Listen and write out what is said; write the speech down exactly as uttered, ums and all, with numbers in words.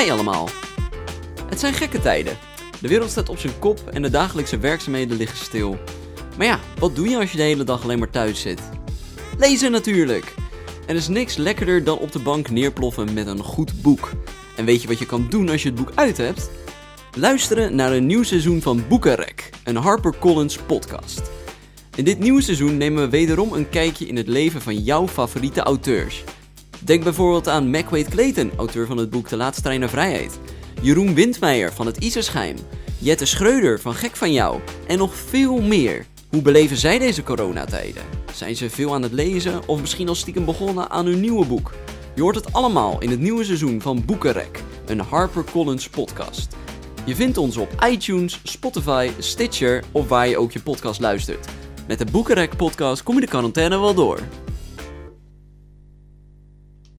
Hi allemaal. Het zijn gekke tijden. De wereld staat op zijn kop en de dagelijkse werkzaamheden liggen stil. Maar ja, wat doe je als je de hele dag alleen maar thuis zit? Lezen natuurlijk! Er is niks lekkerder dan op de bank neerploffen met een goed boek. En weet je wat je kan doen als je het boek uit hebt? Luisteren naar een nieuw seizoen van Boekenrek, een HarperCollins podcast. In dit nieuwe seizoen nemen we wederom een kijkje in het leven van jouw favoriete auteurs. Denk bijvoorbeeld aan Mac Wade Clayton, auteur van het boek De Laatste Trein naar Vrijheid. Jeroen Windmeijer van het Isersgeheim. Jette Schreuder van Gek van Jou. En nog veel meer. Hoe beleven zij deze coronatijden? Zijn ze veel aan het lezen of misschien al stiekem begonnen aan hun nieuwe boek? Je hoort het allemaal in het nieuwe seizoen van Boekenrek, een HarperCollins podcast. Je vindt ons op iTunes, Spotify, Stitcher of waar je ook je podcast luistert. Met de Boekenrek podcast kom je de quarantaine wel door.